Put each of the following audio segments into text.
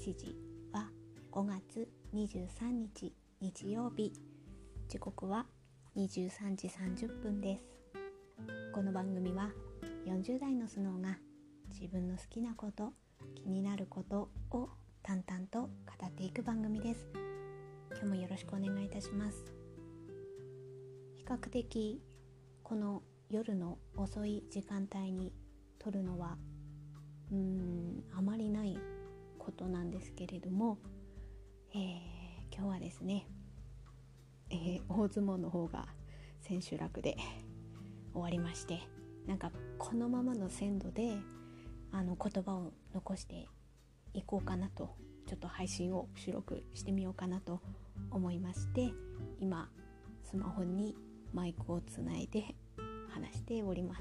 日時は5月23日日曜日、時刻は23時30分です。この番組は40代のスノーが自分の好きなこと、気になることを淡々と語っていく番組です。今日もよろしくお願いいたします。比較的この夜の遅い時間帯に撮るのはあまりないことなんですけれども、今日はですね、大相撲の方が千秋楽で終わりまして、なんかこのままの鮮度で言葉を残していこうかなと、ちょっと配信を収録してみようかなと思いまして、今スマホにマイクをつないで話しております。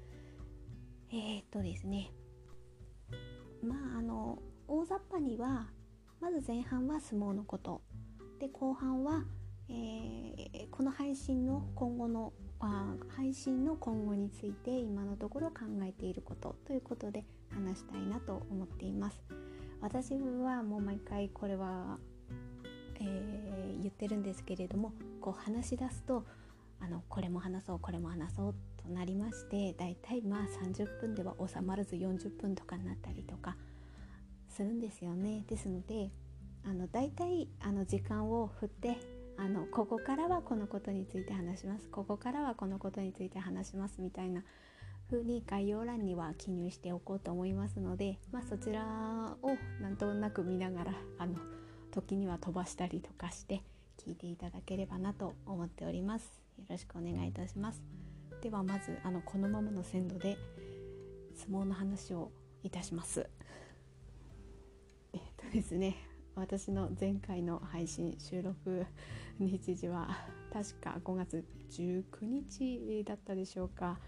ですね、大雑把にはまず前半は相撲のことで、後半は、この配信の今後について今のところ考えていることということで話したいなと思っています。私はもう毎回これは、言ってるんですけれども、こう話し出すとこれも話そうこれも話そうとなりまして、だいたい30分では収まらず40分とかになったりとかするんですよね。ですのでだいたい時間を振ってここからはこのことについて話します、ここからはこのことについて話しますみたいな風に概要欄には記入しておこうと思いますので、そちらをなんとなく見ながら時には飛ばしたりとかして聞いていただければなと思っております。よろしくお願いいたします。ではまずこのままの鮮度で相撲の話をいたします。ですね、私の前回の配信収録日時は確か5月19日だったでしょうか。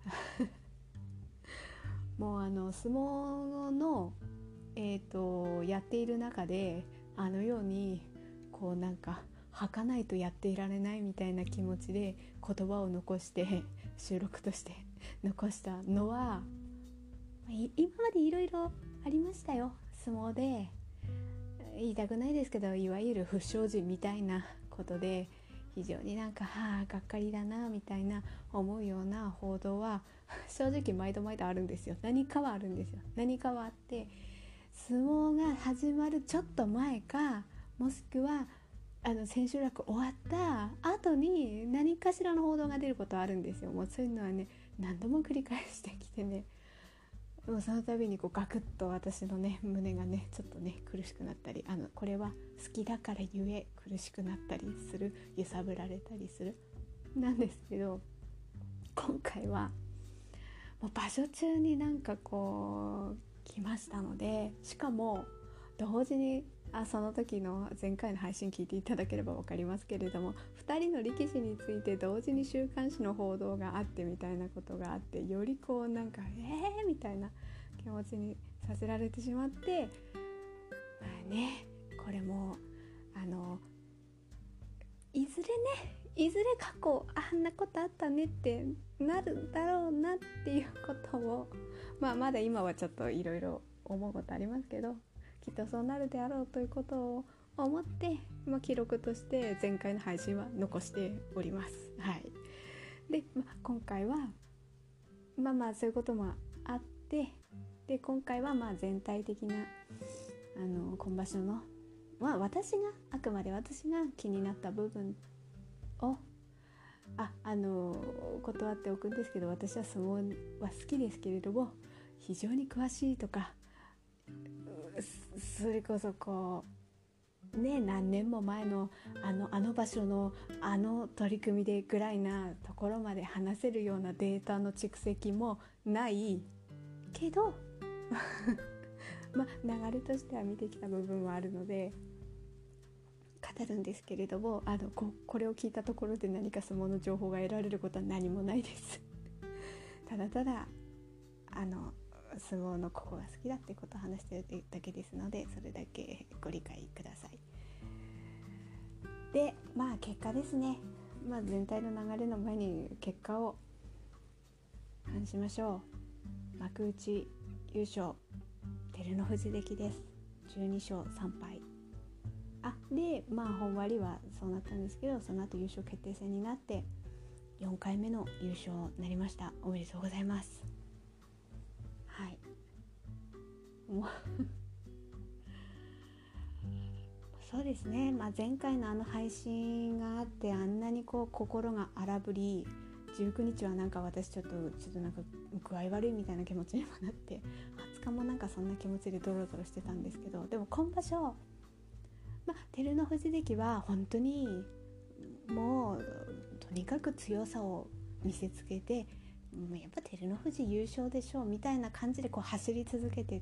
もう相撲の、やっている中でようにこうなんか吐かないとやっていられないみたいな気持ちで言葉を残して収録として残したのは、今までいろいろありましたよ。相撲で言いたくないですけど、いわゆる不祥事みたいなことで非常にがっかりだなみたいな思うような報道は正直毎度あるんですよ。何かはあるんですよ。何かはあって、相撲が始まるちょっと前か、もしくは千秋楽終わった後に何かしらの報道が出ることはあるんですよ。もうそういうのはね、何度も繰り返してきてね、もうその度にガクッと私のね胸がねちょっとね苦しくなったり、これは好きだからゆえ苦しくなったりする、揺さぶられたりするなんですけど、今回はもう場所中に来ましたので、しかも同時にその時の前回の配信聞いていただければ分かりますけれども、2人の力士について同時に週刊誌の報道があってみたいなことがあって、よりみたいな気持ちにさせられてしまって、これもいずれ過去あんなことあったねってなるだろうなっていうことを、まだ今はちょっといろいろ思うことありますけど、きっとそうなるであろうということを思って、記録として前回の配信は残しております。はい。で、今回はそういうこともあって、で今回は全体的な今場所のあくまで私が気になった部分を断っておくんですけど、私は相撲は好きですけれども、非常に詳しいとか、それこそ何年も前のあの場所の取り組みでぐらいなところまで話せるようなデータの蓄積もないけど流れとしては見てきた部分はあるので語るんですけれども、これを聞いたところで何か相撲の情報が得られることは何もないですただ相撲のここが好きだってことを話しているだけですので、それだけご理解ください。で結果ですね、全体の流れの前に結果を話しましょう。幕内優勝照ノ富士関です。 12勝3敗で本割はそうなったんですけど、その後優勝決定戦になって4回目の優勝になりました。おめでとうございます。はい、もうそうですね、前回の配信があって、あんなに心が荒ぶり、19日は私ちょっと具合悪いみたいな気持ちにもなって、20日もそんな気持ちでドロドロしてたんですけど、でも今場所照ノ富士関は本当にもうとにかく強さを見せつけて、やっぱ照ノ富士優勝でしょうみたいな感じで走り続けてって、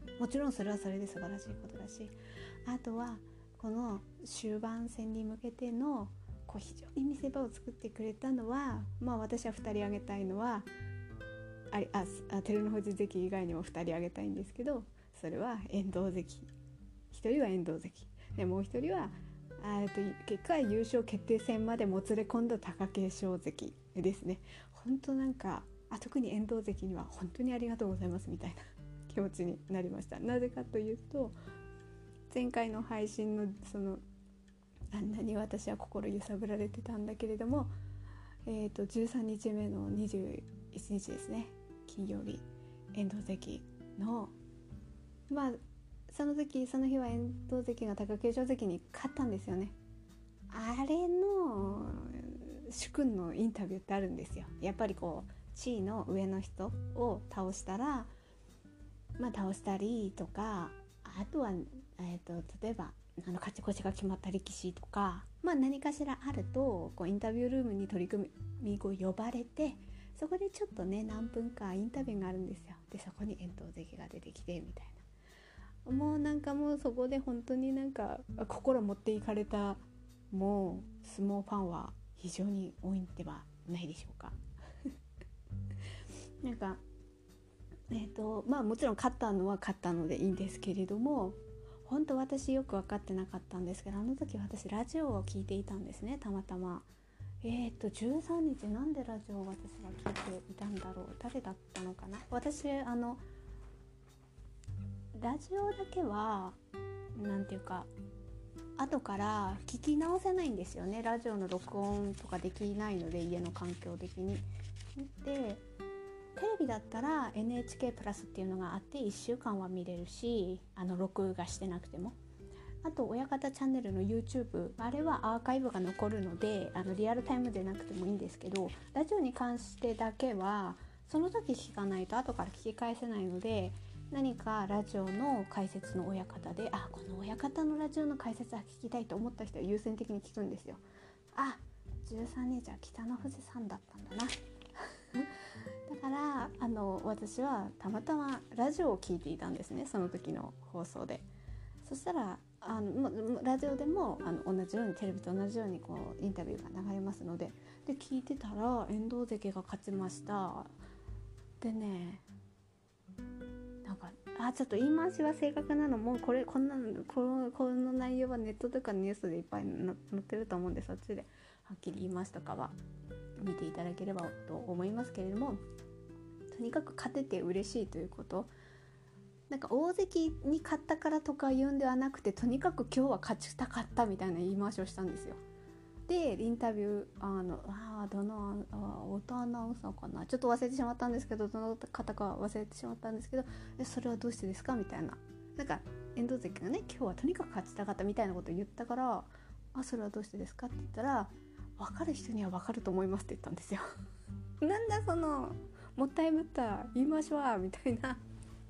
もちろんそれはそれで素晴らしいことだし、あとはこの終盤戦に向けての非常に見せ場を作ってくれたのは、私は2人挙げたいのは照ノ富士関以外にも2人挙げたいんですけど、それは遠藤関、1人は遠藤関で、もう1人は結果優勝決定戦までもつれ込んだ貴景勝関ですね。本当特に遠藤関には本当にありがとうございますみたいな気持ちになりました。なぜかというと、前回の配信のあんなに私は心揺さぶられてたんだけれども、13日目の21日ですね、金曜日、遠藤関のその日は遠藤関が貴景勝関に勝ったんですよね。あれの主君のインタビューってあるんですよ。やっぱり地位の上の人を倒したら、倒したりとか、あとは、例えば勝ち越しが決まった力士とか、何かしらあるとインタビュールームに取り組み呼ばれて、そこでちょっとね何分かインタビューがあるんですよ。でそこに遠藤関が出てきてみたいな、もうそこで本当に心持っていかれた、もう相撲ファンは非常に多いんではないでしょうかもちろん勝ったのは勝ったのでいいんですけれども、本当私よく分かってなかったんですけど、あの時私ラジオを聞いていたんですね、たまたま。13日なんでラジオを私は聞いていたんだろう、誰だったのかな。私ラジオだけは後から聞き直せないんですよね。ラジオの録音とかできないので、家の環境的に。でテレビだったら NHK プラスっていうのがあって1週間は見れるし、録画してなくても、あと親方チャンネルの YouTube、 あれはアーカイブが残るのでリアルタイムでなくてもいいんですけど、ラジオに関してだけはその時聞かないと後から聞き返せないので、何かラジオの解説の親方でこの親方のラジオの解説は聞きたいと思った人は優先的に聞くんですよ。13日は北の富士さんだったんだなだから私はたまたまラジオを聞いていたんですね、その時の放送で。そしたらラジオでも同じように、テレビと同じようにインタビューが流れますので、聞いてたら遠藤関が勝ちましたでね、ちょっと言い回しは正確なのもこの内容はネットとかニュースでいっぱい載ってると思うんで、そっちではっきり言い回しとかは見ていただければと思いますけれども、とにかく勝てて嬉しいということ、大関に勝ったからとか言うんではなくて、とにかく今日は勝ちたかったみたいな言い回しをしたんですよ。でインタビューどの太田アナウンサーかな、ちょっと忘れてしまったんですけど、どの方か忘れてしまったんですけど、それはどうしてですかみたいな、遠藤関がね今日はとにかく勝ちたかったみたいなことを言ったから、それはどうしてですかって言ったら、分かる人には分かると思いますって言ったんですよなんだそのもったいぶった言いましょうみたいな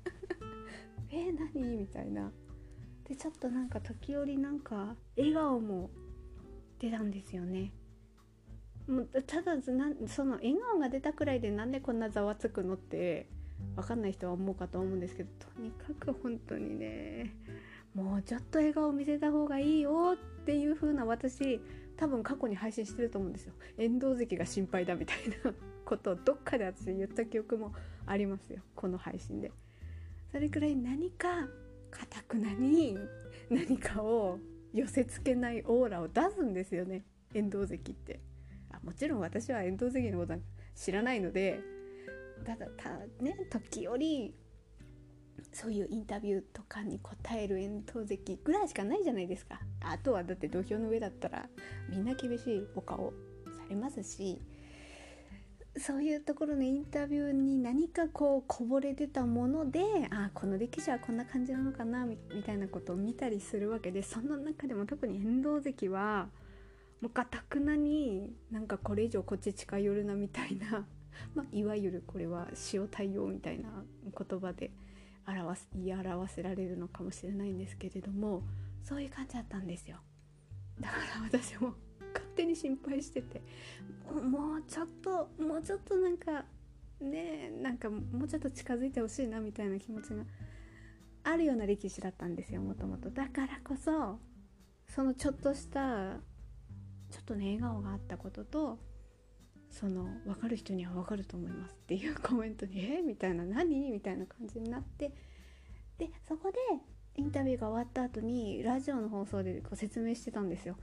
何みたいな。でちょっと時折笑顔も出たんですよね。もうただその笑顔が出たくらいでなんでこんなざわつくのって分かんない人は思うかと思うんですけど、とにかく本当にね、もうちょっと笑顔見せた方がいいよっていう風な、私多分過去に配信してると思うんですよ。遠藤関が心配だみたいなことをどっかで私言った記憶もありますよ、この配信で。それくらい何か固くなに何かを寄せ付けないオーラを出すんですよね、遠藤関って。もちろん私は遠藤関のことは知らないので、ただね、時折そういうインタビューとかに答える遠投関ぐらいしかないじゃないですか。あとはだって土俵の上だったらみんな厳しいお顔されますし、そういうところのインタビューに何かこぼれ出たもので、この歴史はこんな感じなのかなみたいなことを見たりするわけで、その中でも特に遠藤関はもう堅くなになんかこれ以上こっち近寄るなみたいないわゆるこれは塩対応みたいな言葉で言い表せられるのかもしれないんですけれども、そういう感じだったんですよ。だから私も勝手に心配してて、もうちょっとなんかね、なんかもうちょっと近づいてほしいなみたいな気持ちがあるような歴史だったんですよ、もともと。だからこそそのちょっと笑顔があったことと、その分かる人には分かると思いますっていうコメントにみたいな、何みたいな感じになって、でそこでインタビューが終わった後にラジオの放送でこう説明してたんですよ。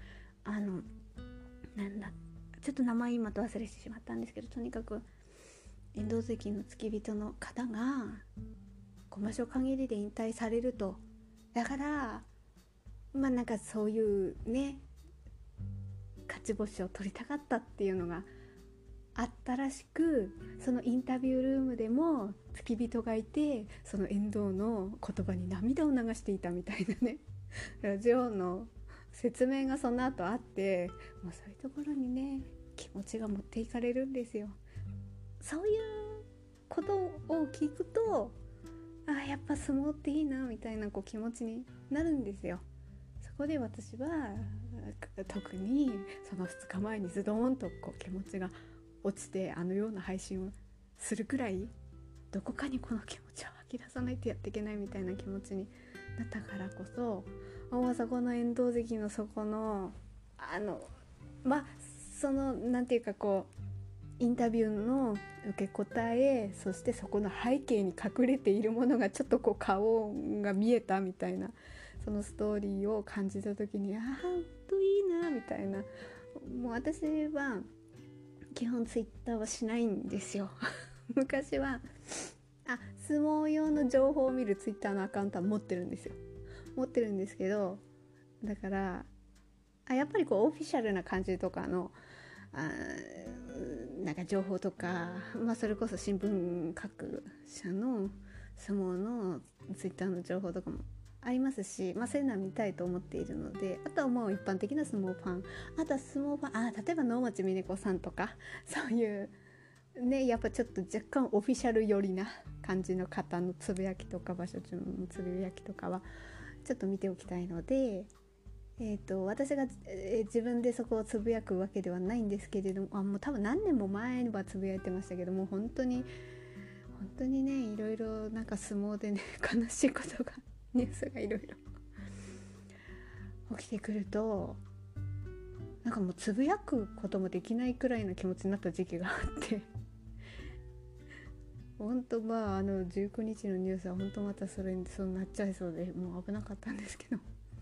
ちょっと名前今と忘れてしまったんですけど、とにかく遠藤関の付き人の方が5場所限りで引退されると。だからなんかそういうね、勝ち星を取りたかったっていうのがあったらしく、そのインタビュールームでも付き人がいて、その遠藤の言葉に涙を流していたみたいなねラジオの説明がその後あって、もうそういうところにね気持ちが持っていかれるんですよ。そういうことを聞くと、やっぱ相撲っていいなみたいな気持ちになるんですよ。そこで私は特にその2日前にズドーンと気持ちが落ちて、あのような配信をするくらいどこかにこの気持ちを吐き出さないとやっていけないみたいな気持ちになったからこそ、そこの遠藤関のそこのそのなんていうかインタビューの受け答え、そしてそこの背景に隠れているものがちょっと顔が見えたみたいな、そのストーリーを感じた時に、ほんといいなみたいな。もう私は基本ツイッターはしないんですよ昔は相撲用の情報を見るツイッターのアカウントは持ってるんですけど、だからやっぱりオフィシャルな感じとかのなんか情報とか、それこそ新聞各社の相撲のツイッターの情報とかもありますし、そういうのは見たいと思っているので、あとはもう一般的な相撲ファン、あとは相撲ファン、例えば能町みね子さんとか、そういうね、やっぱちょっと若干オフィシャル寄りな感じの方のつぶやきとか、場所中のつぶやきとかはちょっと見ておきたいので、私が、自分でそこをつぶやくわけではないんですけれども、もう多分何年も前にはつぶやいてましたけども、本当にね、いろいろなんか相撲でね悲しいことがニュースがいろいろ起きてくると、なんかもうつぶやくこともできないくらいの気持ちになった時期があって本当19日のニュースは本当またそうなっちゃいそうで、もう危なかったんですけど、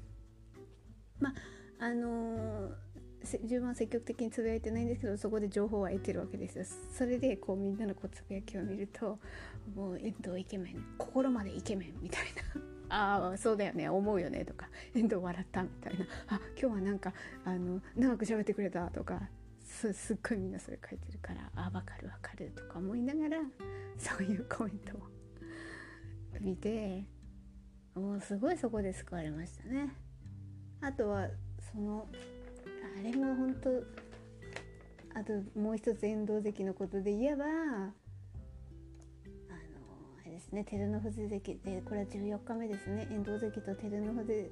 自分は積極的につぶやいてないんですけど、そこで情報は得てるわけですよ。それでみんなのつぶやきを見ると、もう遠藤イケメン、心までイケメンみたいなそうだよね、思うよねとか、遠藤笑ったみたいな、今日はなんか長く喋ってくれたとか、すっごいみんなそれ書いてるから、分かるとか思いながら、そういうコメントを見て、もうすごいそこで救われましたね。あとはあれも本当、あともう一つ遠藤関のことで言えば、あれですね、照ノ富士関で、これは14日目ですね、遠藤関と照ノ富士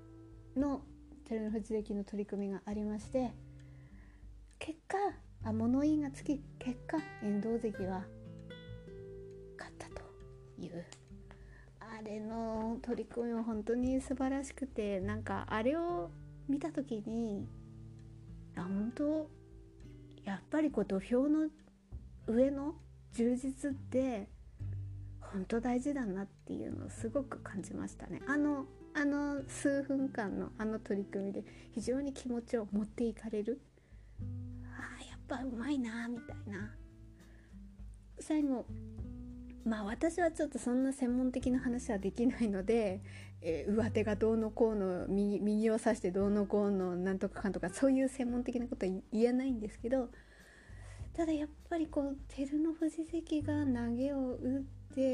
関の取り組みがありまして、結果物言いがつき、結果遠藤関は勝ったという、あれの取り組みは本当に素晴らしくて、なんかあれを見た時に、本当やっぱり土俵の上の充実って本当大事だなっていうのをすごく感じましたね。数分間の取り組みで非常に気持ちを持っていかれる、やっぱうまいなみたいな。最後まあ私はちょっとそんな専門的な話はできないので、上手がどうのこうの、右を指してどうのこうのなんとかかんとか、そういう専門的なことは言えないんですけど、ただやっぱりこう照ノ富士関が投げを打って、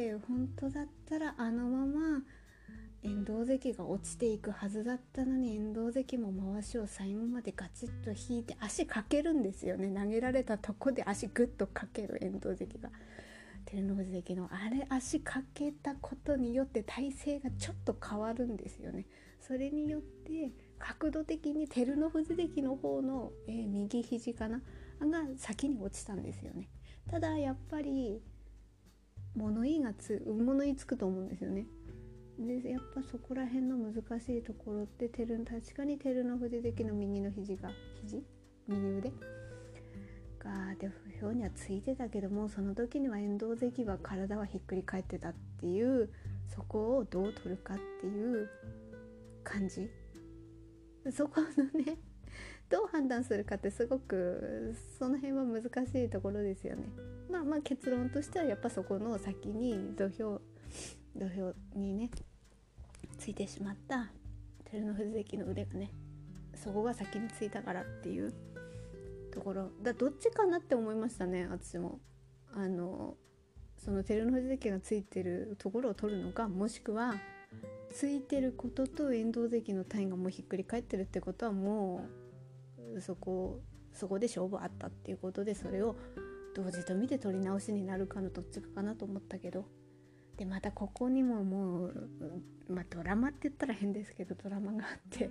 本当だったらあのまま遠藤関が落ちていくはずだったのに、遠藤関も回しを最後までガチッと引いて足かけるんですよね。投げられたとこで足グッとかける遠藤関が。照ノ富士関のあれ足かけたことによって体勢がちょっと変わるんですよね。それによって角度的に照ノ富士関の方の、右肘かなが先に落ちたんですよね。ただやっぱり物言いつくと思うんですよね。でやっぱそこら辺の難しいところって確かに照ノ富士関の右の右腕が土俵にはついてたけども、その時には遠藤関は体はひっくり返ってたっていう、そこをどう取るかっていう感じ、そこのねどう判断するかってすごくその辺は難しいところですよね。まあ結論としてはやっぱそこの先に土俵にねついてしまった照ノ富士関の腕がね、そこが先についたからっていうところだ。どっちかなって思いましたね、私も。その照ノ富士関がついてるところを取るのか、もしくはついてることと遠藤関の体がもうひっくり返ってるってことは、もうそこで勝負あったっていうことで、それを同時と見て取り直しになるかのどっちかかなと思ったけど、でまたここにももう、ドラマって言ったら変ですけどドラマがあって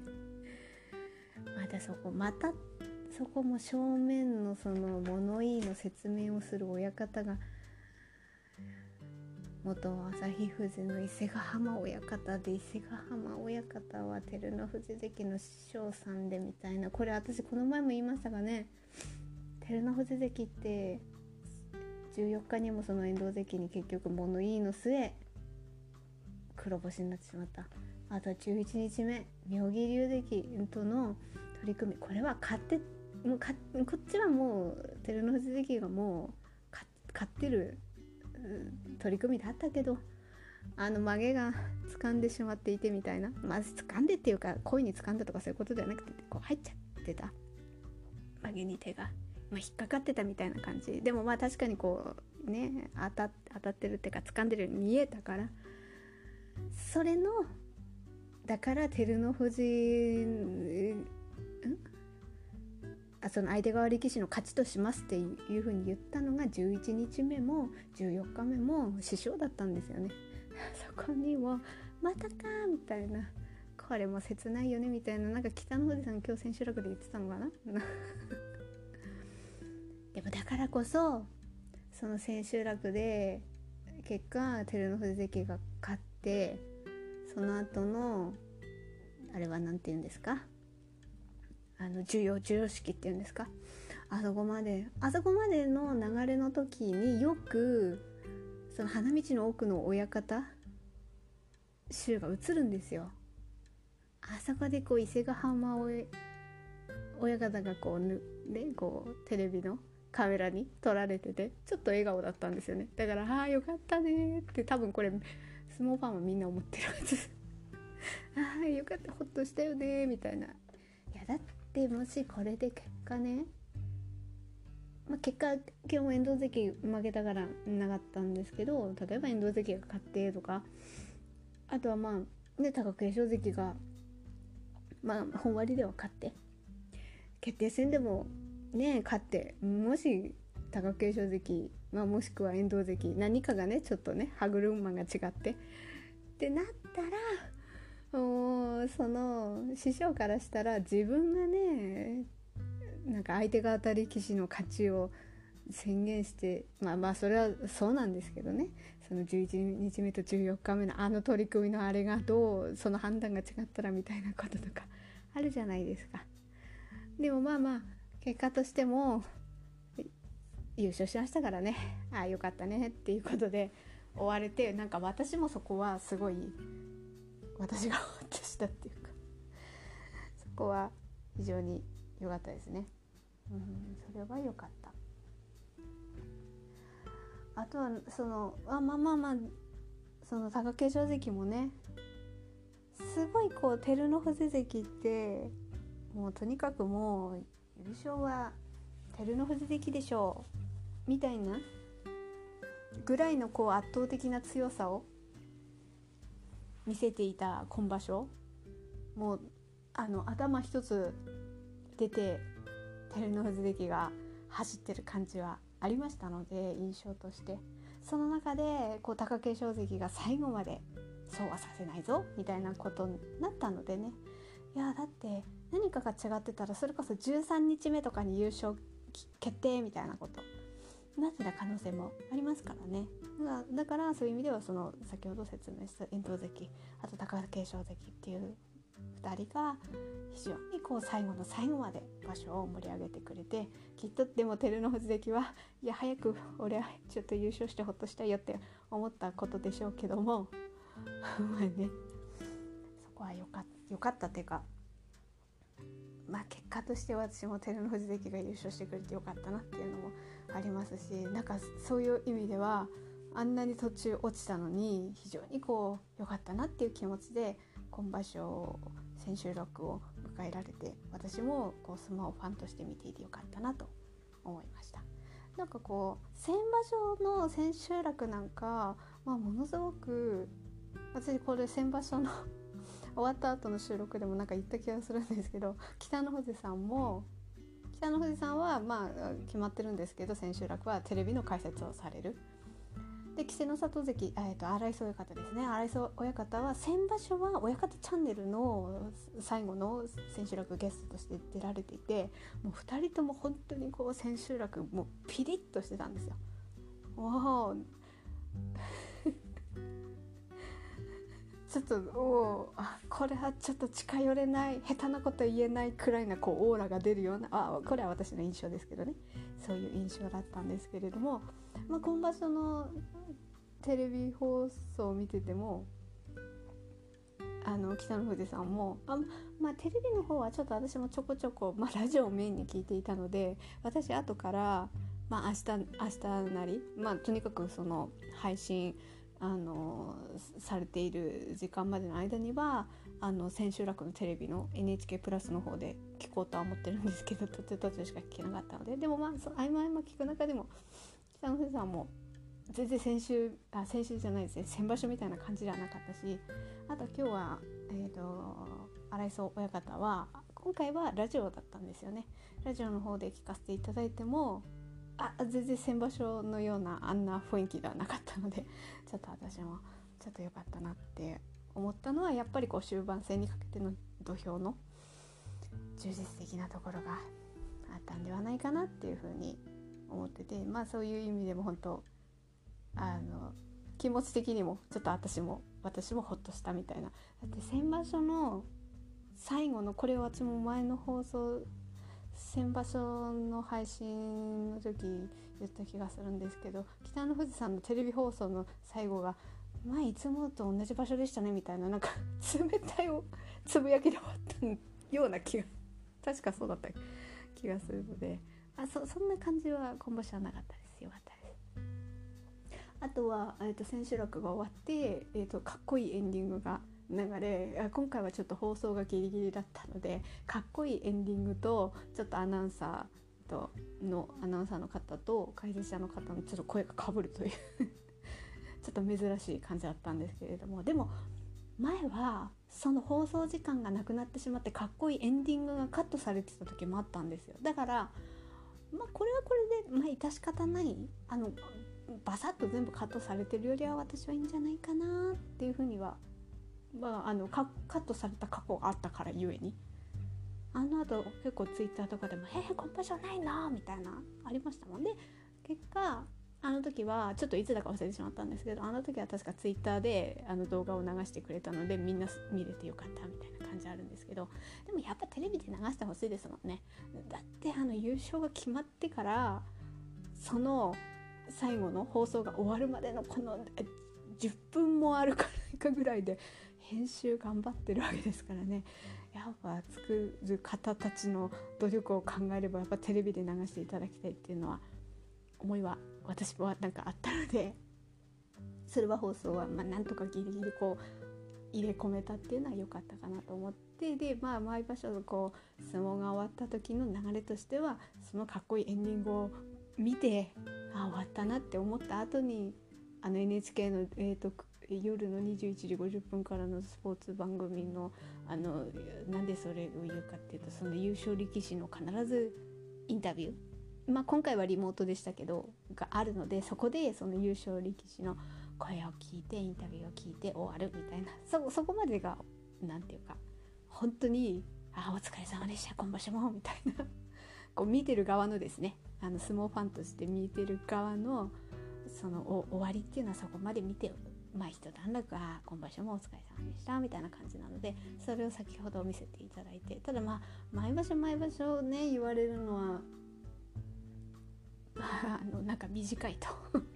またそこも正面のその物言いの説明をする親方が元旭富士の伊勢ヶ濱親方で、伊勢ヶ濱親方は照ノ富士関の師匠さんでみたいな、これ私この前も言いましたがね、照ノ富士関って14日にもその遠藤関に結局物言いの末黒星になってしまった。あとは11日目妙義龍関との取り組み、これはこっちはもう照ノ富士関がもう勝ってる取り組みだったけど、曲げが掴んでしまっていてみたいな、掴んでっていうか故意に掴んだとかそういうことではなくて、こう入っちゃってた曲げに手が、引っかかってたみたいな感じでも、確かにこうね当たってるっていうか掴んでるように見えたから、それのだから照ノ富士その相手側力士の勝ちとしますっていう風に言ったのが11日目も14日目も師匠だったんですよね。そこにもまたかみたいな、これも切ないよねみたいな、なんか北の富士さん今日千秋楽で言ってたのかなでもだからこそその千秋楽で結果照ノ富士関が勝って、その後のあれはなんて言うんですか、授与式っていうんですか、あそこまでの流れの時によくその花道の奥の親方衆が映るんですよ。あそこでこう伊勢ヶ濱親方がこうテレビのカメラに撮られててちょっと笑顔だったんですよね。だからよかったねって多分これ相撲ファンはみんな思ってるはずよかった、ほっとしたよねみたいな。いやだってもしこれで結果ね、結果今日も遠藤関負けたからなかったんですけど、例えば遠藤関が勝ってとか、あとは貴景勝関が本割では勝って決定戦でもね勝って、もし貴景勝関、もしくは遠藤関何かがねちょっとね歯車が違ってってなったら、もうその師匠からしたら自分がねなんか相手が当たり棋士の勝ちを宣言して、それはそうなんですけどね、その11日目と14日目の取り組みのあれがどうその判断が違ったらみたいなこととかあるじゃないですか。でも結果としても優勝しましたからね、よかったねっていうことで終われて、なんか私もそこはすごい私がほっとしたっていうか、そこは非常に良かったですね。それは良かった。 あとはそのその貴景勝関もね、すごいこう照ノ富士関ってもうとにかくもう優勝は照ノ富士関でしょうみたいなぐらいのこう圧倒的な強さを見せていた今場所、もう頭一つ出て照ノ富士関が走ってる感じはありましたので、印象として。その中でこう貴景勝関が最後までそうはさせないぞみたいなことになったのでね、いやだって何かが違ってたらそれこそ13日目とかに優勝決定みたいなことなってた可能性もありますからね。だからそういう意味ではその先ほど説明した遠藤関、あと貴景勝関っていう2人が非常にこう最後の最後まで場所を盛り上げてくれて、きっとでも照ノ富士関はいや早く俺はちょっと優勝してほっとしたいよって思ったことでしょうけどもまあね、そこはよかったっていうか、まあ結果として私も照ノ富士関が優勝してくれてよかったなっていうのもありますし、なんかそういう意味ではあんなに途中落ちたのに非常にこう良かったなっていう気持ちで今場所千秋楽を迎えられて、私もこう相撲ファンとして見ていてよかったなと思いました。なんかこう先場所の千秋楽なんか、ものすごく私これ先場所の終わった後の収録でもなんか言った気がするんですけど、北の富士さんはまあ決まってるんですけど、千秋楽はテレビの解説をされる。で稀勢の里関、荒磯親方ですね、荒磯親方は先場所は親方チャンネルの最後の千秋楽ゲストとして出られていて、もう2人とも本当にこう千秋楽もうピリッとしてたんですよ。ちょっとこれはちょっと近寄れない、下手なこと言えないくらいなこうオーラが出るような、これは私の印象ですけどね、そういう印象だったんですけれども、今場所のテレビ放送を見てても北の富士さんもテレビの方はちょっと私もちょこちょこ、ラジオをメインに聞いていたので、私後から明日なり、とにかくその配信されている時間までの間には千秋楽のテレビの NHK プラスの方で聞こうとは思ってるんですけど、途中しか聞けなかったので、でも合間聞く中でも北の富士さんも全然先週じゃないですね、先場所みたいな感じではなかったし、あと今日は荒磯親方は今回はラジオだったんですよね。ラジオの方で聞かせていただいても全然先場所のようなあんな雰囲気ではなかったので、ちょっと私もちょっと良かったなって思ったのは、やっぱりこう終盤戦にかけての土俵の充実的なところがあったんではないかなっていうふうに思ってて、そういう意味でも本当気持ち的にもちょっと私もほっとしたみたいな。だって先場所の最後のこれを私も前の放送先場所の配信の時言った気がするんですけど、北の富士さんのテレビ放送の最後がいつもと同じ場所でしたねみたいな、なんか冷たいつぶやきで終わったような気が確かそうだった気がするので、そんな感じは今場所はなかったです。よかったです。あとは千秋楽が終わって、かっこいいエンディングが流れ、今回はちょっと放送がギリギリだったので、かっこいいエンディングとちょっとアナウンサーの方と解説者の方のちょっと声がかぶるというちょっと珍しい感じだったんですけれども、でも前はその放送時間がなくなってしまってかっこいいエンディングがカットされてた時もあったんですよ。だからこれはこれで致し方ない、バサッと全部カットされてるよりは私はいいんじゃないかなっていうふうには、カットされた過去があったからゆえに、あの後結構ツイッターとかでも今場所ないなみたいなありましたもんね。結果あの時はちょっといつだか忘れてしまったんですけど、あの時は確かツイッターで動画を流してくれたのでみんな見れてよかったみたいな感じあるんですけど、でもやっぱテレビで流してほしいですもんね。だって優勝が決まってからその最後の放送が終わるまでのこの10分もあるかぐらいで編集頑張ってるわけですからね。やっぱ作る方たちの努力を考えればやっぱテレビで流していただきたいっていうのは思いは私もなんかあったので、それは放送はなんとかギリギリこう入れ込めたっていうのは良かったかなと思って、で毎場所こう相撲が終わった時の流れとしては、そのかっこいいエンディングを見て終わったなって思った後にNHK の、夜の21時50分からのスポーツ番組のなんでそれを言うかっていうと、その優勝力士の必ずインタビュー、今回はリモートでしたけどがあるので、そこでその優勝力士の声を聞いてインタビューを聞いて終わるみたいな、そこまでがなんていうか本当にお疲れ様でした今場所もみたいなこう見てる側のですね、相撲ファンとして見てる側のその終わりっていうのはそこまで見て一段落今場所もお疲れ様でしたみたいな感じなので、それを先ほど見せていただいて、ただ毎場所ね言われるのはなんか短いと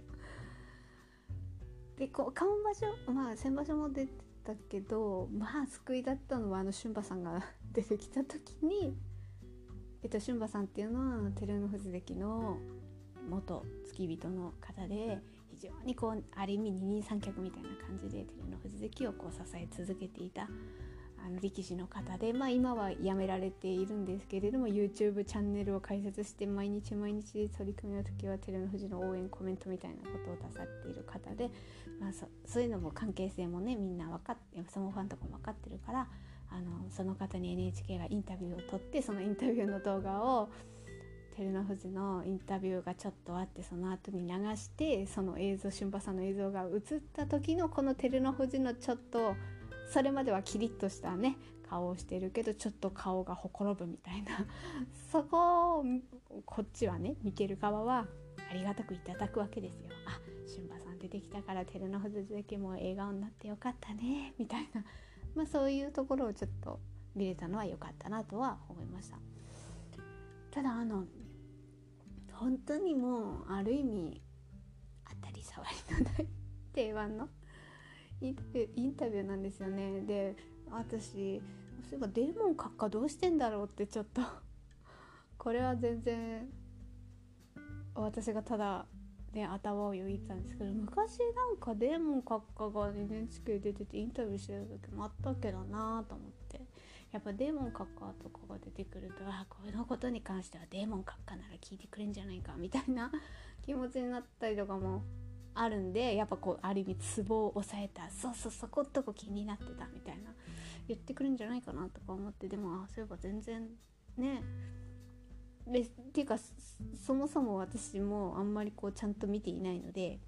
で今場所先場所も出てたけど救いだったのは春馬さんが出てきた時に、春馬さんっていうのは照ノ富士関の元付き人の方で、非常にこうある意味二人三脚みたいな感じで照ノ富士関をこう支え続けていた力士の方で、今は辞められているんですけれども YouTube チャンネルを開設して毎日取り組みの時は照ノ富士の応援コメントみたいなことを出されている方で、そういうのも関係性もねみんな分かって相撲ファンとかも分かってるから、その方に NHK がインタビューを取って、そのインタビューの動画を照ノ富士のインタビューがちょっとあって、その後に流して、その映像春馬さんの映像が映った時のこの照ノ富士のちょっとそれまではキリッとしたね顔をしてるけどちょっと顔がほころぶみたいなそこをこっちはね見てる側はありがたくいただくわけですよ。春馬さん出てきたから照ノ富士だけも笑顔になってよかったねみたいな、そういうところをちょっと見れたのは良かったなとは思いました。ただ本当にもうある意味当たり障りのない定番のインタビューなんですよね。で私そういえばデーモン閣下どうしてんだろうってちょっとこれは全然私がただね頭をよぎったんですけど、昔なんかデーモン閣下が NHK 出ててインタビューしてる時もあったけどなと思って、やっぱデーモン閣下とかが出てくるとこのことに関してはデーモン閣下なら聞いてくれんじゃないかみたいな気持ちになったりとかもあるんで、やっぱこうある意味ツボを押さえたそこっとこ気になってたみたいな言ってくるんじゃないかなとか思って、でもそういえば全然ねっていうかそもそも私もあんまりこうちゃんと見ていないので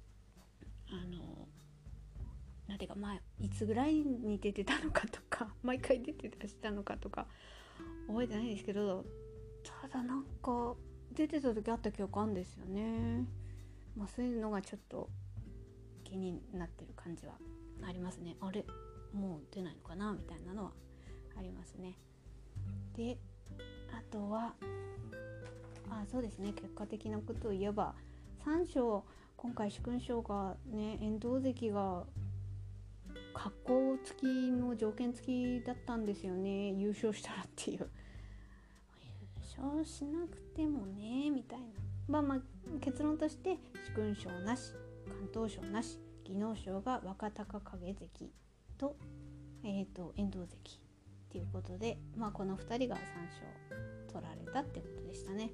なんていうかいつぐらいに出てたのかとか毎回出てたしたのかとか覚えてないですけど、ただなんか出てた時あった記憶あるんですよね。そういうのがちょっと気になってる感じはありますね。あれもう出ないのかなみたいなのはありますね。であとはそうですね、結果的なことを言えば三賞、今回殊勲賞がね遠藤関が格好付きの条件付きだったんですよね。優勝したらっていう、優勝しなくてもねみたいな、結論として殊勲賞なし、敢闘賞なし、技能賞が若隆景関と、遠藤関っていうことで、この2人が3賞取られたってことでしたね。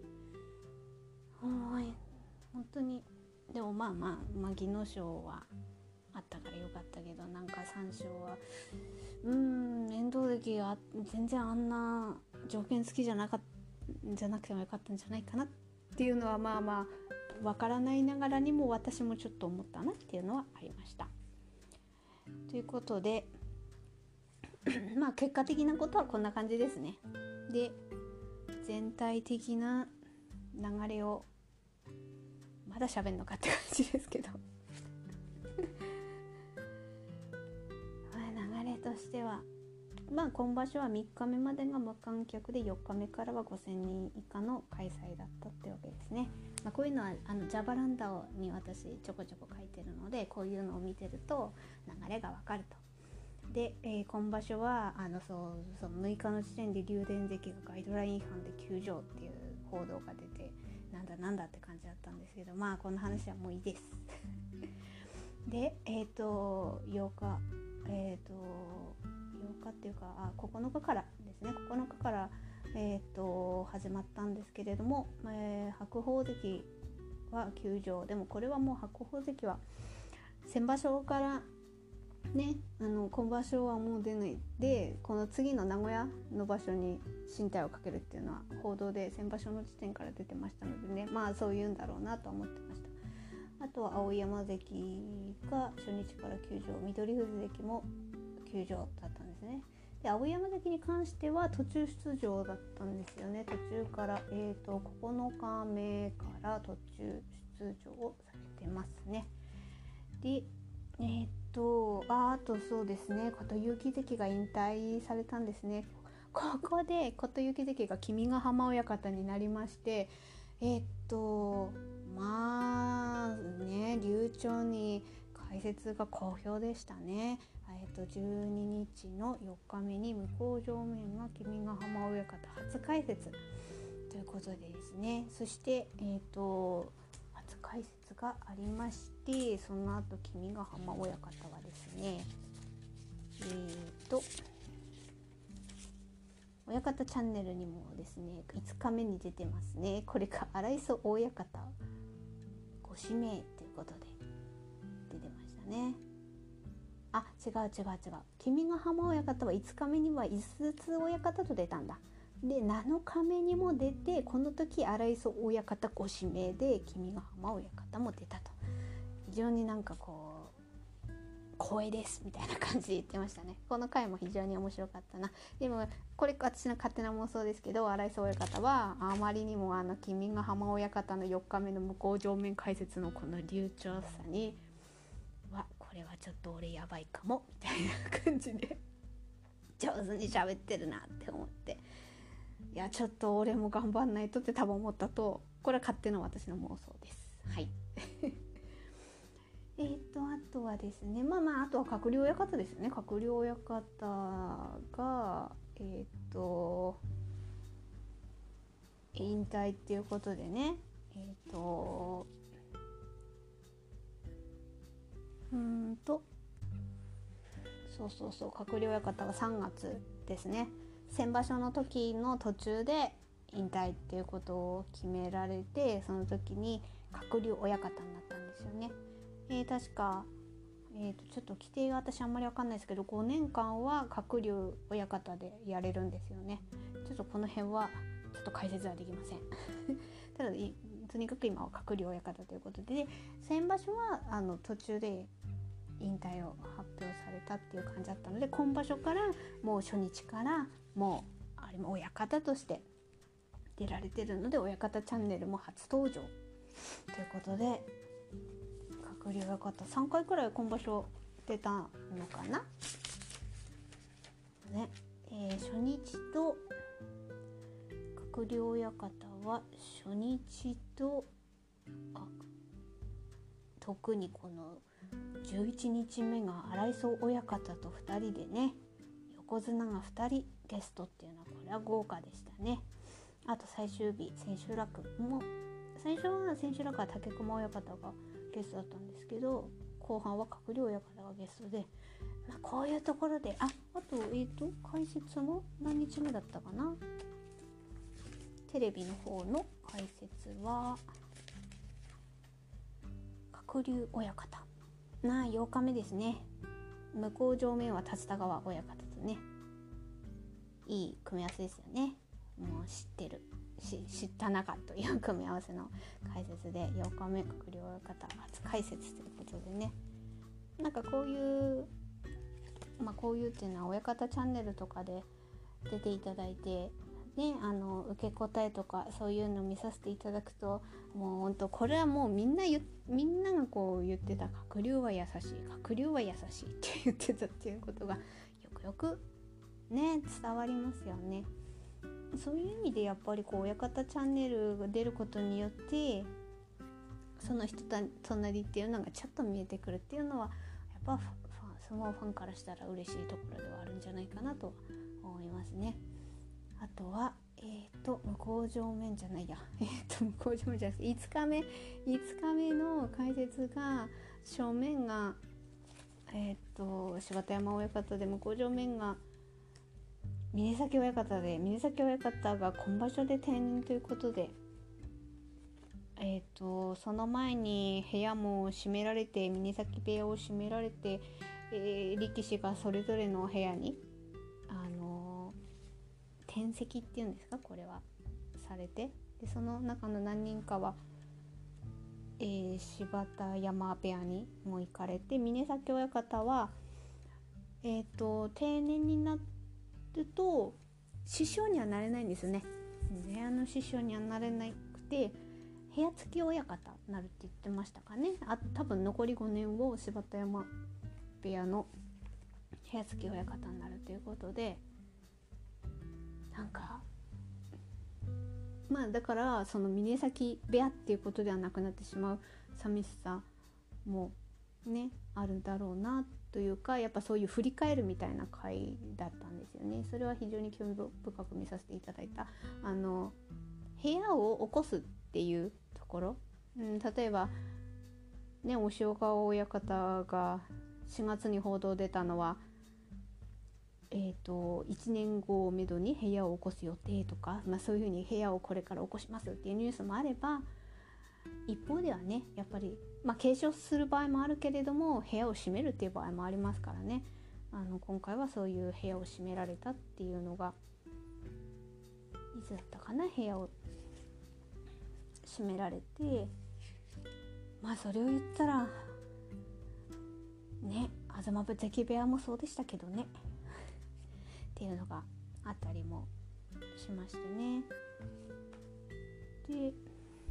本当にでも技能賞はあったからよかったけど、なんか3賞は遠藤関が全然あんな条件付きじゃなくてもよかったんじゃないかなっていうのはわからないながらにも私もちょっと思ったなっていうのはありました。ということで結果的なことはこんな感じですね。で全体的な流れをまだ喋んのかって感じですけど流れとしては今場所は3日目までが無観客で4日目からは5000人以下の開催だったってわけですね。こういうのはジャバランダに私ちょこちょこ書いてるので、こういうのを見てると流れがわかると。で、今場所は6日の時点で竜電関がガイドライン違反で休場っていう報道が出て、 なんだって感じだったんですけど、まあこの話はもういいですで8日8日っていうか9日からですね、9日から始まったんですけれども、白鵬関は休場。でもこれはもう白鵬関は先場所からね、今場所はもう出ないで、この次の名古屋の場所に進退をかけるっていうのは報道で先場所の時点から出てましたのでね、まあそういうんだろうなと思ってました。あとは碧山関が初日から休場、翠富士関も休場だったんですね。で碧山関に関しては途中出場だったんですよね。途中から9日目から途中出場をされてますね。であとそうですね、琴勇輝関が引退されたんですね。ここで琴勇輝関が君ヶ濱親方になりまして、まあね、流暢に解説が好評でしたね。12日の4日目に向正面が君ヶ濱親方初解説ということでですね、そして初解説がありまして、その後君ヶ濱親方はですね親方チャンネルにもですね5日目に出てますね。これが荒磯親方ご指名ということで出てましたね。違う君ヶ濱親方は5日目には井筒親方と出たんだ。で7日目にも出て、この時荒磯親方ご指名で君ヶ濱親方も出たと、非常になんかこう光栄ですみたいな感じで言ってましたね。この回も非常に面白かったな。でもこれ私の勝手な妄想ですけど、荒磯親方はあまりにも君ヶ濱親方の4日目の向正面解説のこの流暢さにこれはちょっと俺やばいかもみたいな感じで上手に喋ってるなって思って、いやちょっと俺も頑張んないとって多分思ったと、これは勝手な私の妄想です。はいあとはですね、あとは閣僚親方ですよね。閣僚親方が引退っていうことでね、そう閣僚親方が3月ですね、先場所の時の途中で引退っていうことを決められて、その時に閣僚親方になったんですよね。確かちょっと規定が私あんまり分かんないですけど、5年間は閣僚親方でやれるんですよね。ちょっとこの辺はちょっと解説はできませんただとにかく今は閣僚親方ということで、先場所は途中で引退を発表されたっていう感じだったので、今場所からもう初日からもうあれも親方として出られてるので、親方チャンネルも初登場ということで、閣僚親方3回くらい今場所出たのかなね。初日と閣僚親方は初日と特にこの11日目が荒磯親方と2人でね、横綱が2人ゲストっていうのはこれは豪華でしたね。あと最終日千秋楽も、最初は千秋楽は武隈親方がゲストだったんですけど、後半は閣僚親方がゲストで、こういうところであと解説の何日目だったかな、テレビの方の解説は鶴竜親方な8日目ですね。向正面は立田川親方とね、いい組み合わせですよね。もう知った中という組み合わせの解説で、8日目鶴竜親方初解説ということでね、なんかこういうっていうのは親方チャンネルとかで出ていただいてね、受け答えとかそういうの見させていただくと、もう本当これはもうみんながこう言ってた、鶴竜は優しい鶴竜は優しいって言ってたっていうことがよくよくね伝わりますよね。そういう意味でやっぱりこう親方チャンネルが出ることによってその人と隣っていうのがちょっと見えてくるっていうのは、やっぱ相撲ファンからしたら嬉しいところではあるんじゃないかなと思いますね。あとは向こう上面じゃないや向こう上面じゃなくて5日目の解説が正面が柴田山親方で向こう上面が峰崎親方で、峰崎親方が今場所で定年ということで、その前に部屋も閉められて、峰崎部屋を閉められて、力士がそれぞれの部屋に転籍っていうんですか、これはされて、でその中の何人かは、柴田山部屋にも行かれて、峰崎親方は定年になると師匠にはなれないんですよね。部屋の師匠にはなれなくて、部屋付き親方になるって言ってましたかね。多分残り5年を柴田山部屋の部屋付き親方になるということで、なんかまあだからその峰崎部屋っていうことではなくなってしまう寂しさもねあるだろうなというか、やっぱそういう振り返るみたいな回だったんですよね。それは非常に興味深く見させていただいた。部屋を起こすっていうところ、例えばね、押岡親方が4月に報道出たのは1年後をめどに部屋を起こす予定とか、そういうふうに部屋をこれから起こしますっていうニュースもあれば、一方ではねやっぱり、継承する場合もあるけれども部屋を閉めるっていう場合もありますからね。今回はそういう部屋を閉められたっていうのがいつだったかな、部屋を閉められて、それを言ったらね、東関部屋もそうでしたけどねっていうのがあったりもしましてね。で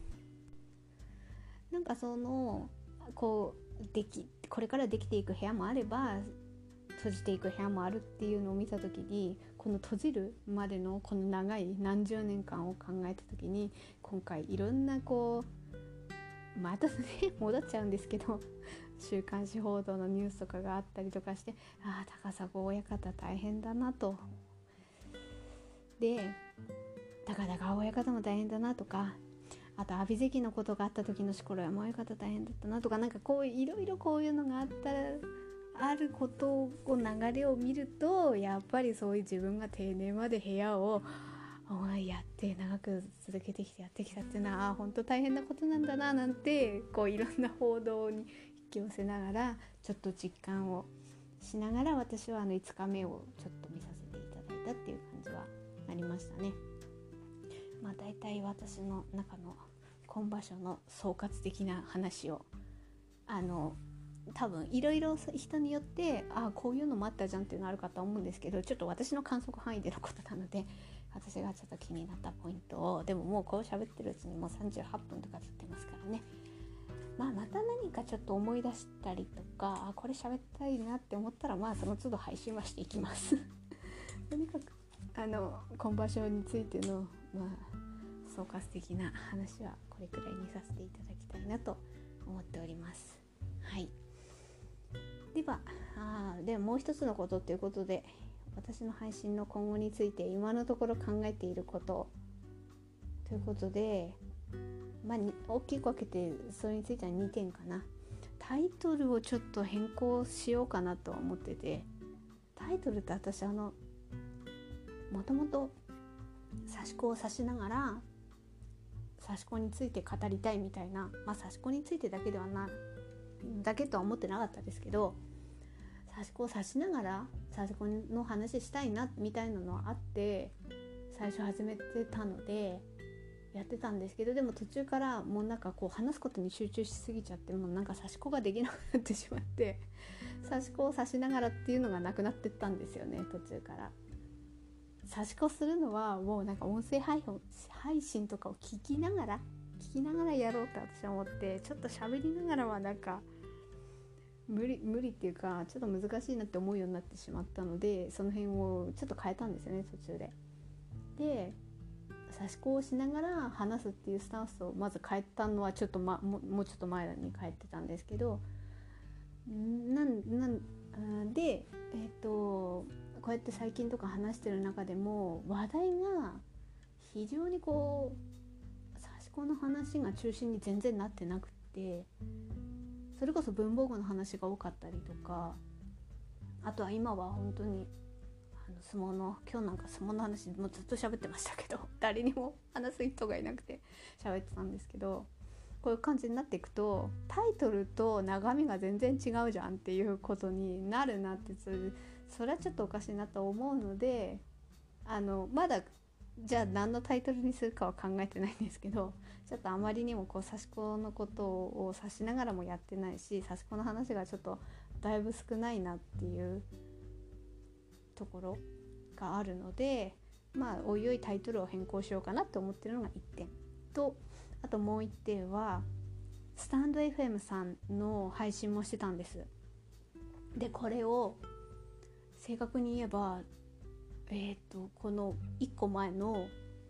なんかそのこれからできていく部屋もあれば閉じていく部屋もあるっていうのを見た時に、この閉じるまでのこの長い何十年間を考えた時に、今回いろんなまたね戻っちゃうんですけど週刊誌報道のニュースとかがあったりとかして、高砂親方大変だなと、で高田親方も大変だなとか、あと阿炎関のことがあった時の錣山親方大変だったなとか、なんかいろいろこういうのがあることを流れを見ると、やっぱりそういう自分が定年まで部屋をやって長く続けてきてやってきたっていうのは本当大変なことなんだななんて、いろんな報道に引き寄せながらちょっと実感をしながら、私は5日目をちょっと見させていただいたっていう感じはありましたね。だいたい私の中の今場所の総括的な話を多分いろいろ人によってこういうのもあったじゃんっていうのあるかと思うんですけど、ちょっと私の観測範囲でのことなので、私がちょっと気になったポイントを、でももうこう喋ってるうちにもう38分とか経ってますからね、また何かちょっと思い出したりとか、これ喋りたいなって思ったらその都度配信はしていきますとにかく今場所についての総括的な話はこれくらいにさせていただきたいなと思っております。はい。ではでもう一つのことということで、私の配信の今後について今のところ考えていることということで、大きく分けてそれについては2点かな。タイトルをちょっと変更しようかなと思ってて、タイトルって私もともと刺し子を刺しながら刺し子について語りたいみたいな、刺し子についてだけとは思ってなかったですけど、刺し子を刺しながら刺し子の話したいなみたいなのはあって最初始めてたのでやってたんですけど、でも途中からもう話すことに集中しすぎちゃって、もう刺し子ができなくなってしまって、刺し子を刺しながらっていうのがなくなってったんですよね。途中から刺し子するのはもう音声配信とかを聞きながらやろうと私は思って、ちょっと喋りながらは無理っていうかちょっと難しいなって思うようになってしまったので、その辺をちょっと変えたんですよね、途中で。で刺し子をしながら話すっていうスタンスをまず変えたのはちょっと、もうちょっと前に変えてたんですけど、でこうやって最近とか話してる中でも話題が非常にこう刺し子の話が中心に全然なってなくて、それこそ文房具の話が多かったりとか、あとは今は本当に相撲の、今日なんか相撲の話もうずっと喋ってましたけど、誰にも話す人がいなくて喋ってたんですけど、こういう感じになっていくとタイトルと中身が全然違うじゃんっていうことになるなって、それはちょっとおかしいなと思うので、まだじゃあ何のタイトルにするかは考えてないんですけど、ちょっとあまりにもこう刺し子のことを指しながらもやってないし、刺し子の話がちょっとだいぶ少ないなっていうところがあるので、おいおいタイトルを変更しようかなって思ってるのが1点と、あともう1点はスタンド FM さんの配信もしてたんです。でこれを正確に言えばこの1個前の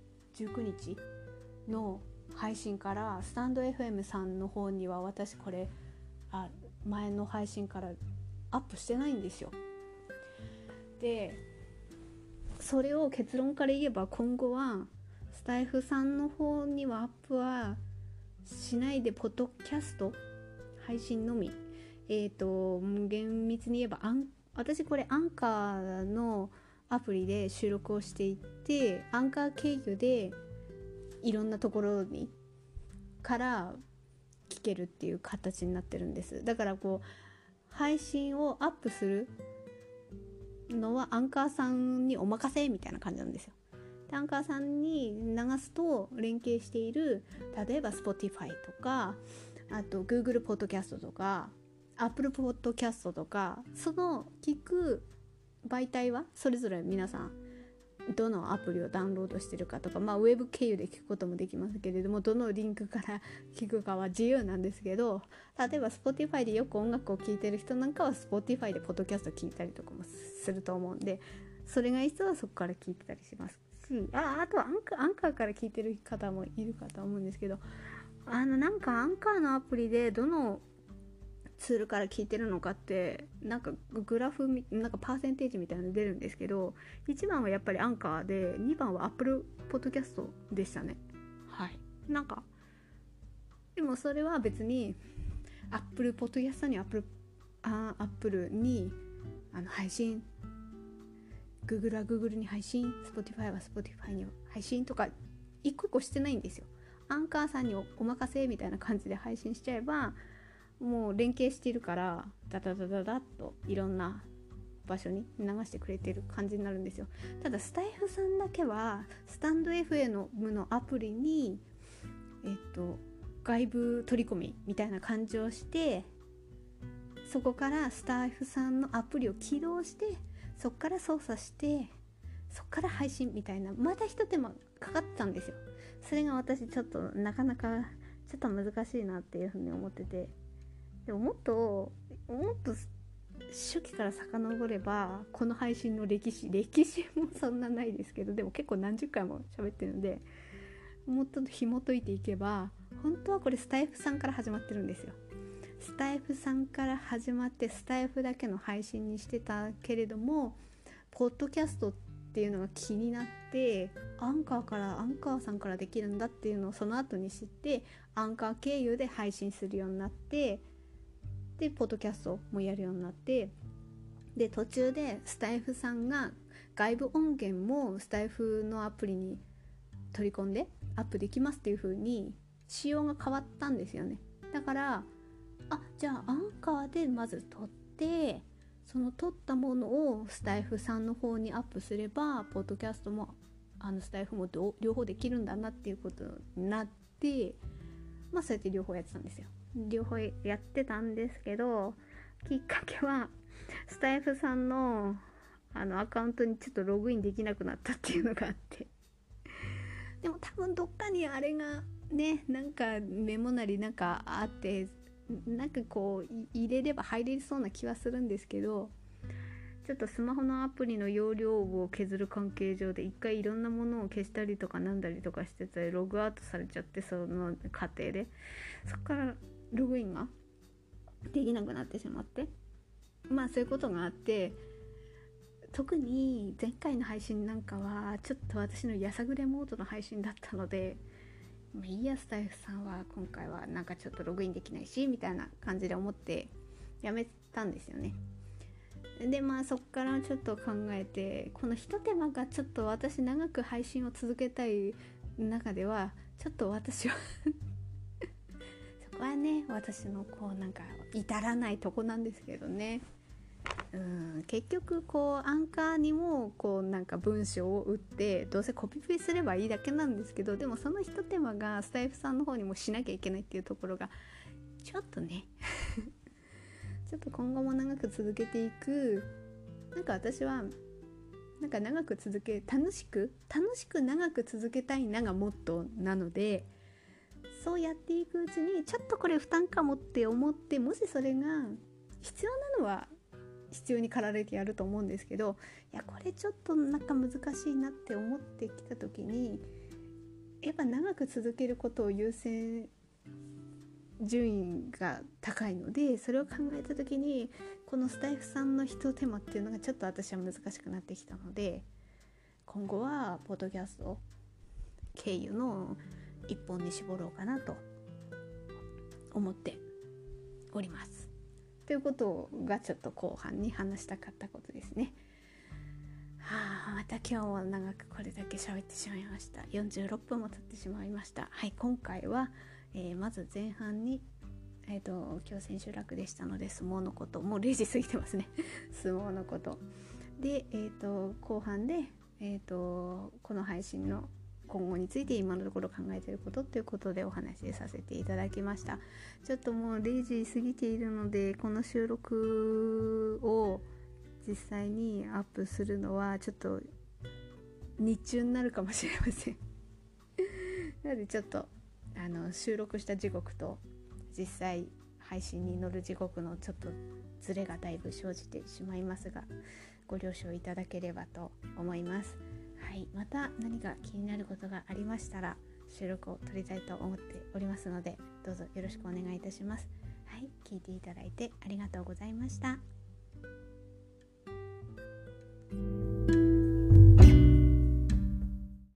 19日の配信からスタンド FM さんの方には私これ前の配信からアップしてないんですよ。でそれを結論から言えば、今後はスタイフさんの方にはアップはしないでポッドキャスト配信のみ、厳密に言えば私これアンカーのアプリで収録をしていて、アンカー経由でいろんなところにから聞けるっていう形になってるんです。だからこう配信をアップするのはアンカーさんにお任せみたいな感じなんですよ。でアンカーさんに流すと連携している、例えば Spotify とか、あと Google Podcast とか Apple Podcast とか、その聞く媒体はそれぞれ皆さんどのアプリをダウンロードしてるかとか、ウェブ経由で聞くこともできますけれども、どのリンクから聞くかは自由なんですけど、例えば Spotify でよく音楽を聴いてる人なんかは Spotify でポッドキャスト聞いたりとかもすると思うんで、それがいい人はそこから聞いてたりしますし、あとはアンカーから聞いてる方もいるかと思うんですけど、なんかアンカーのアプリでどのツールから聞いてるのかってなんかグラフなんかパーセンテージみたいなの出るんですけど、1番はやっぱりアンカーで、2番は Apple Podcast でしたね。はい。なんかでもそれは別に Apple Podcast に Apple に配信、Google は Google に配信、Spotify は Spotify に配信とか一個一個してないんですよ。アンカーさんにお任せみたいな感じで配信しちゃえば、もう連携しているからダダダダダッといろんな場所に流してくれてる感じになるんですよ。ただスタイフさんだけはスタンド FM のアプリに外部取り込みみたいな感じをして、そこからスタイフさんのアプリを起動して、そこから操作して、そこから配信みたいな、また一手間かかってたんですよ。それが私ちょっとなかなかちょっと難しいなっていうふうに思ってて、でももっと初期から遡ればこの配信の歴史もそんなないですけど、でも結構何十回も喋ってるので、もっと紐解いていけば、本当はこれスタイフさんから始まってるんですよ。スタイフさんから始まって、スタイフだけの配信にしてたけれども、ポッドキャストっていうのが気になって、アンカーさんからできるんだっていうのをその後に知って、アンカー経由で配信するようになって、でポッドキャストもやるようになって、で途中でスタイフさんが外部音源もスタイフのアプリに取り込んでアップできますっていう風に仕様が変わったんですよね。だからじゃあアンカーでまず撮って、その撮ったものをスタイフさんの方にアップすれば、ポッドキャストもスタイフも両方できるんだなっていうことになって、そうやって両方やってたんですよ。両方やってたんですけど、きっかけはスタイフさんのアカウントにちょっとログインできなくなったっていうのがあって、でも多分どっかにあれがね、なんかメモなりなんかあって、なんかこう入れれば入れそうな気はするんですけど、ちょっとスマホのアプリの容量を削る関係上で一回いろんなものを消したりとかなんだりとかしてて、ログアウトされちゃって、その過程でそこからログインができなくなってしまって、そういうことがあって、 特に前回の配信なんかはちょっと私のやさぐれモードの配信だったので、いいやスタイフさんは今回はなんかちょっとログインできないしみたいな感じで思ってやめたんですよね。でそっからちょっと考えて、このひと手間がちょっと私長く配信を続けたい中ではちょっと私はそこはね、私のなんか至らないとこなんですけどね。結局アンカーにもなんか文章を打ってどうせコピペすればいいだけなんですけど、でもそのひと手間がスタイフさんの方にもしなきゃいけないっていうところがちょっとねちょっと今後も長く続けていく、なんか私はなんか楽しく長く続けたいながモットーなので、そうやっていくうちにちょっとこれ負担かもって思って、もしそれが必要なのは必要に駆られてやると思うんですけど、いやこれちょっとなんか難しいなって思ってきた時に、やっぱ長く続けることを優先順位が高いので、それを考えた時にこのスタイフさんの一手間っていうのがちょっと私は難しくなってきたので、今後はポッドキャスト経由の一本に絞ろうかなと思っております。ということがちょっと後半に話したかったことですね。また今日も長くこれだけ喋ってしまいました。46分も経ってしまいました。はい、今回は、まず前半に、今日千秋楽でしたので相撲のこと、もう0時過ぎてますね相撲のことで、後半で、この配信の今後について今のところ考えていることということでお話しさせていただきました。ちょっともう0時過ぎているので、この収録を実際にアップするのはちょっと日中になるかもしれませんなのでちょっと収録した時刻と実際配信に乗る時刻のちょっとズレがだいぶ生じてしまいますが、ご了承いただければと思います。はい、また何か気になることがありましたら収録を撮りたいと思っておりますので、どうぞよろしくお願いいたします。はい、聞いていただいてありがとうございました。